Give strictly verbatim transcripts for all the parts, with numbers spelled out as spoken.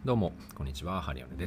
どうもこんにちは、ハリオネです。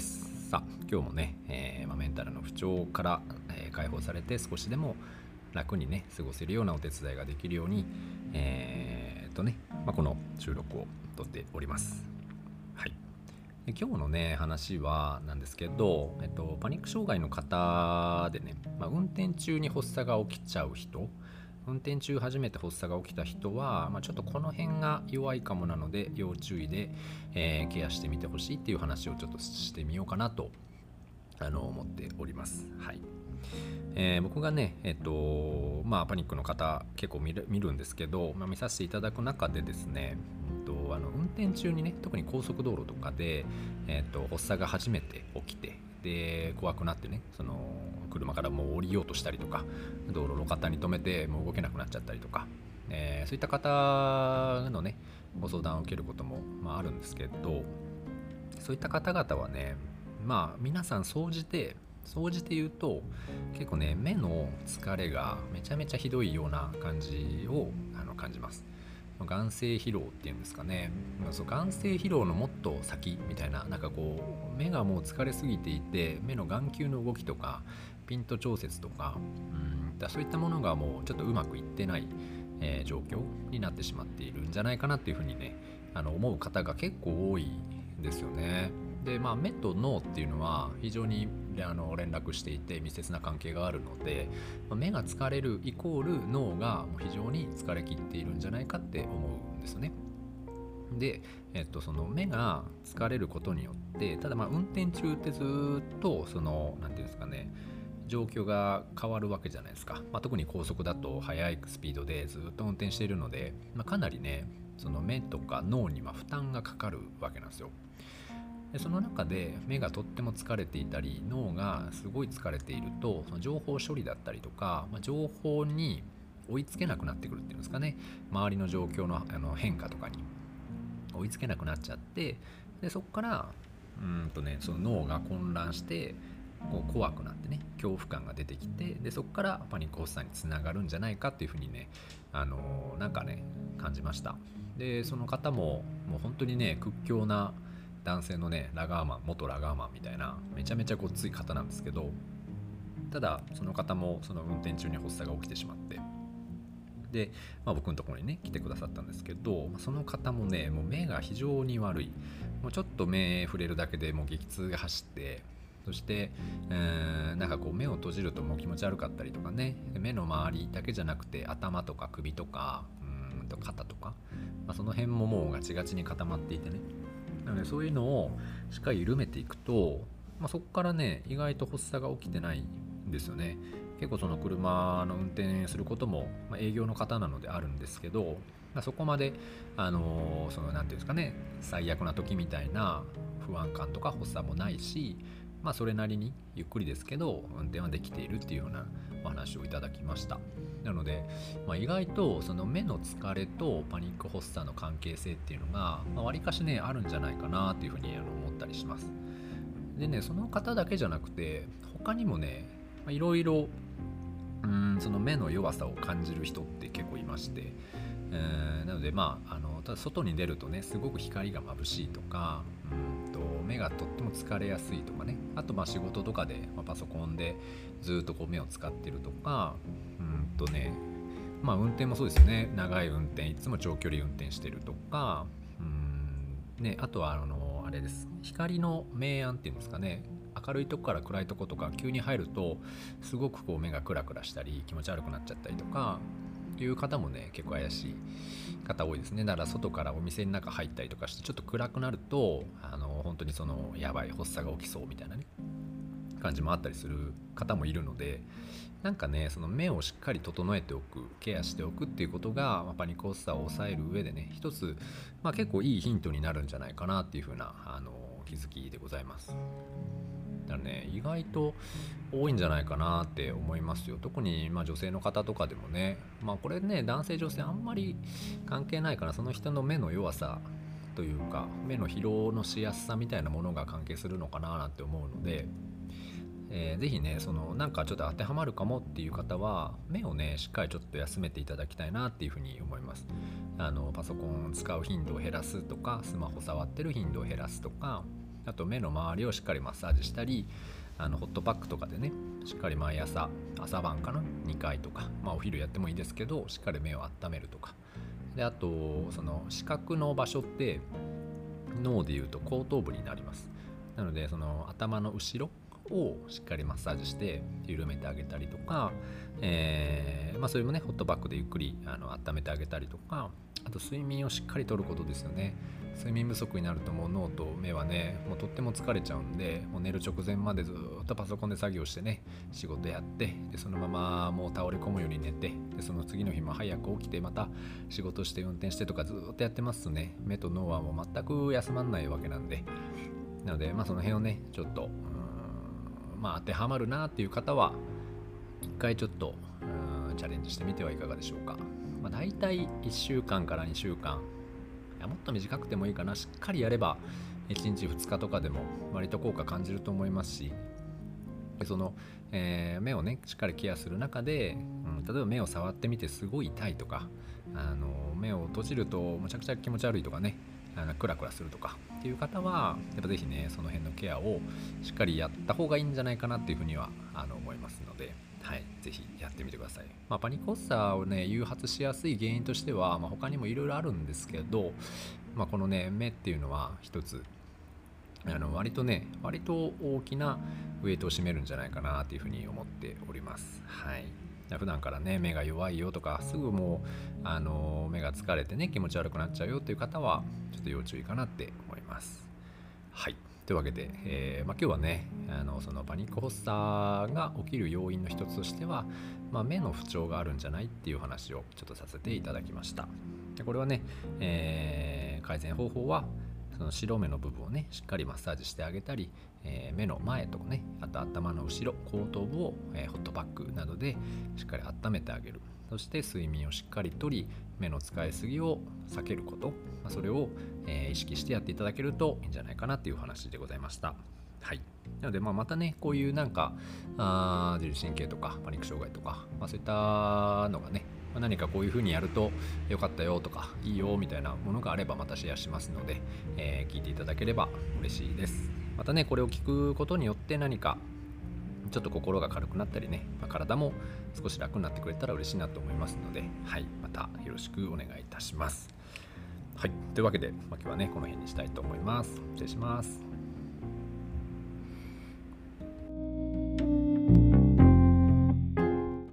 さあ今日もね、えーまあ、メンタルの不調から、えー解放されて少しでも楽にね過ごせるようなお手伝いができるようにえーっとね、まあ、この収録をとっております。はい。で今日のね話はなんですけど、えっと、パニック障害の方でね、まあ、運転中に発作が起きちゃう人、運転中初めて発作が起きた人は、まあ、ちょっとこの辺が弱いかもなので要注意で、えーケアしてみてほしいっていう話をちょっとしてみようかなとあの思っております。はい。えー僕がね、えっとまあ、パニックの方結構見る見るんですけど、まあ、見させていただく中でですね、えっと、あの運転中にね、特に高速道路とかで、えっと、発作が初めて起きて、で怖くなってね、その車からもう降りようとしたりとか、道路路肩に止めてもう動けなくなっちゃったりとか、えーそういった方のねご相談を受けることも、まあ、あるんですけど、そういった方々はね、まあ皆さん総じて総じて言うと結構ね、目の疲れがめちゃめちゃひどいような感じをあの感じます。眼性疲労っていうんですかね、まあ、そう眼性疲労のもっと先みたいな、なんかこう目がもう疲れすぎていて、目の眼球の動きとかピント調節とか、うんだそういったものがもうちょっとうまくいってない、えー状況になってしまっているんじゃないかなっていうふうにね、あの思う方が結構多いですよね。で、まあ、目と脳っていうのは非常にあの連絡していて密接な関係があるので、まあ目が疲れるイコール脳がもう非常に疲れきっているんじゃないかって思うんですよね。で、えっと、その目が疲れることによって、ただまあ運転中ってずっとその何ていうんですかね、状況が変わるわけじゃないですか。まあ、特に高速だと速いスピードでずっと運転しているので、まあ、かなりねその目とか脳には負担がかかるわけなんですよ。でその中で目がとっても疲れていたり脳がすごい疲れていると、その情報処理だったりとか、まあ、情報に追いつけなくなってくるっていうんですかね、周りの状況のあの変化とかに追いつけなくなっちゃって、でそこからうーんとねその脳が混乱してこう怖くなってね、恐怖感が出てきて、でそこからパニック発作につながるんじゃないかっていうふうにね、あのーなんかね感じました。でその方ももう本当にね屈強な男性のねラガーマン、元ラガーマンみたいなめちゃめちゃごっつい方なんですけど、ただその方もその運転中に発作が起きてしまって、で、まあ、僕のところにね来てくださったんですけど、その方もねもう目が非常に悪い、もうちょっと目触れるだけでもう激痛が走って、そして、うーんなんかこう目を閉じるともう気持ち悪かったりとかね、目の周りだけじゃなくて頭とか首とかうーんと肩とか、まあ、その辺ももうガチガチに固まっていてね、なのでそういうのをしっかり緩めていくと、まあ、そこからね意外と発作が起きてないんですよね。結構その車の運転することも、まあ、営業の方なのであるんですけど、まあ、そこまであのーそのなんていうんですかね、最悪な時みたいな不安感とか発作もないし、まあそれなりにゆっくりですけど運転はできているっていうようなお話をいただきました。なので、まあ、意外とその目の疲れとパニック発作の関係性っていうのがわり、まあ、かしねあるんじゃないかなっていうふうにあの思ったりします。でね、その方だけじゃなくて他にもねいろいろうーんその目の弱さを感じる人って結構いまして、えーなのでまああのただ外に出るとねすごく光が眩しいとか、うんと目がとっても疲れやすいとかね、あとまあ仕事とかで、まあ、パソコンでずっとこう目を使ってるとか、うんとねまあ運転もそうですよね、長い運転いつも長距離運転してるとか、うんね、あとはあのあれです、光の明暗っていうんですかね、明るいとこから暗いとことか急に入るとすごくこう目がクラクラしたり気持ち悪くなっちゃったりとかいう方もね結構怪しい方多いですね。だから外からお店の中入ったりとかしてちょっと暗くなるとあの本当にそのやばい発作が起きそうみたいなね感じもあったりする方もいるので、なんかねその目をしっかり整えておく、ケアしておくっていうことが、まあ、パニック発作を抑える上でね一つ、まあ、結構いいヒントになるんじゃないかなっていう風なあの気づきでございます。だからね意外と多いんじゃないかなって思いますよ。特にまあ女性の方とかでもね、まあこれね男性女性あんまり関係ないかな、その人の目の弱さというか目の疲労のしやすさみたいなものが関係するのかななんて思うので、えーぜひねそのなんかちょっと当てはまるかもっていう方は目をねしっかりちょっと休めていただきたいなっていうふうに思います。あのパソコンを使う頻度を減らすとか、スマホ触ってる頻度を減らすとか、 あと目の周りをしっかりマッサージしたり、あのホットパックとかでねしっかり毎朝朝晩かなにかいとか、まあ、お昼やってもいいですけどしっかり目を温めるとかで、あとその視覚の場所って脳でいうと後頭部になります。なのでその頭の後ろをしっかりマッサージして緩めてあげたりとか、えーまあ、それもねホットパックでゆっくりあの温めてあげたりとか、あと睡眠をしっかりとることですよね。睡眠不足になるともう脳と目はねもうとっても疲れちゃうんで、もう寝る直前までずっとパソコンで作業してね仕事やって、でそのままもう倒れ込むように寝て、でその次の日も早く起きてまた仕事して運転してとかずっとやってますとね、目と脳はもう全く休まんないわけなんで、なのでまあその辺をねちょっとまあ当てはまるなっていう方は一回ちょっとチャレンジしてみてはいかがでしょうか。まあ、大体いっしゅうかんからにしゅうかん、いやもっと短くてもいいかな、しっかりやればいちにちふつかとかでも割と効果感じると思いますし、その、えー、目をねしっかりケアする中で、うん、例えば目を触ってみてすごい痛いとか、あの目を閉じるとむちゃくちゃ気持ち悪いとかね、あのクラクラするとかっていう方はやっぱぜひねその辺のケアをしっかりやった方がいいんじゃないかなっていうふうにはあの思いますので、はい、ぜひやってみてください。まあ、パニック発作をね誘発しやすい原因としては、まあ、他にもいろいろあるんですけど、まあ、このね目っていうのは一つあの割とね割と大きなウェイトを占めるんじゃないかなというふうに思っております。はい。普段からね目が弱いよとか、すぐもうあの目が疲れてね気持ち悪くなっちゃうよという方はちょっと要注意かなって思います。はい。というわけで、えーまあ、今日はねあのそのパニック発作が起きる要因の一つとしては、まあ、目の不調があるんじゃないっていう話をちょっとさせていただきました。でこれはね、えー改善方法はその白目の部分をねしっかりマッサージしてあげたり、えー目の前とかね、あと頭の後ろ後頭部を、えーホットパックなどでしっかり温めてあげる。そして睡眠をしっかりとり、目の使いすぎを避けること、まあ、それを、えー意識してやっていただけるといいんじゃないかなっていう話でございました。はい。なので、まあ、またねこういうなんかあ自律神経とかパニック障害とか、まあ、そういったのがね何かこういう風にやると良かったよとかいいよみたいなものがあればまたシェアしますので、えー聞いていただければ嬉しいです。またねこれを聞くことによって何かちょっと心が軽くなったりね、まあ、体も少し楽になってくれたら嬉しいなと思いますので、はい、またよろしくお願いいたします。はい、というわけで、まあ、今日はねこの辺にしたいと思います。失礼します。